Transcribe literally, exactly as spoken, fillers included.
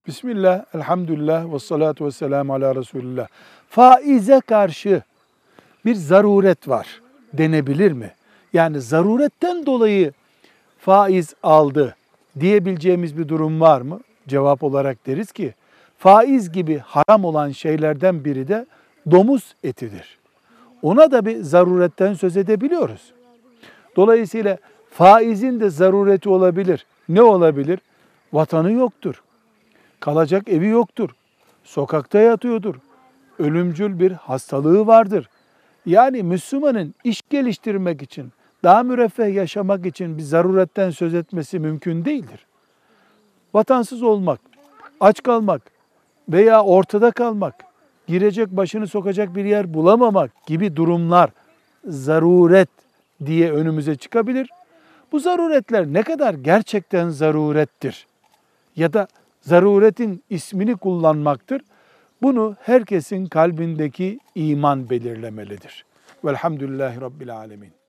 Bismillah, elhamdülillah, ve salatu ve selamu ala Resulillah. Faize karşı bir zaruret var denebilir mi? Yani zaruretten dolayı faiz aldı diyebileceğimiz bir durum var mı? Cevap olarak deriz ki, faiz gibi haram olan şeylerden biri de domuz etidir. Ona da bir zaruretten söz edebiliyoruz. Dolayısıyla faizin de zarureti olabilir. Ne olabilir? Vatanı yoktur. Kalacak evi yoktur. Sokakta yatıyordur. Ölümcül bir hastalığı vardır. Yani Müslümanın iş geliştirmek için, daha müreffeh yaşamak için bir zaruretten söz etmesi mümkün değildir. Vatansız olmak, aç kalmak veya ortada kalmak, girecek başını sokacak bir yer bulamamak gibi durumlar zaruret diye önümüze çıkabilir. Bu zaruretler ne kadar gerçekten zarurettir ya da zaruretin ismini kullanmaktır. Bunu herkesin kalbindeki iman belirlemelidir. Velhamdülillahi Rabbil Alemin.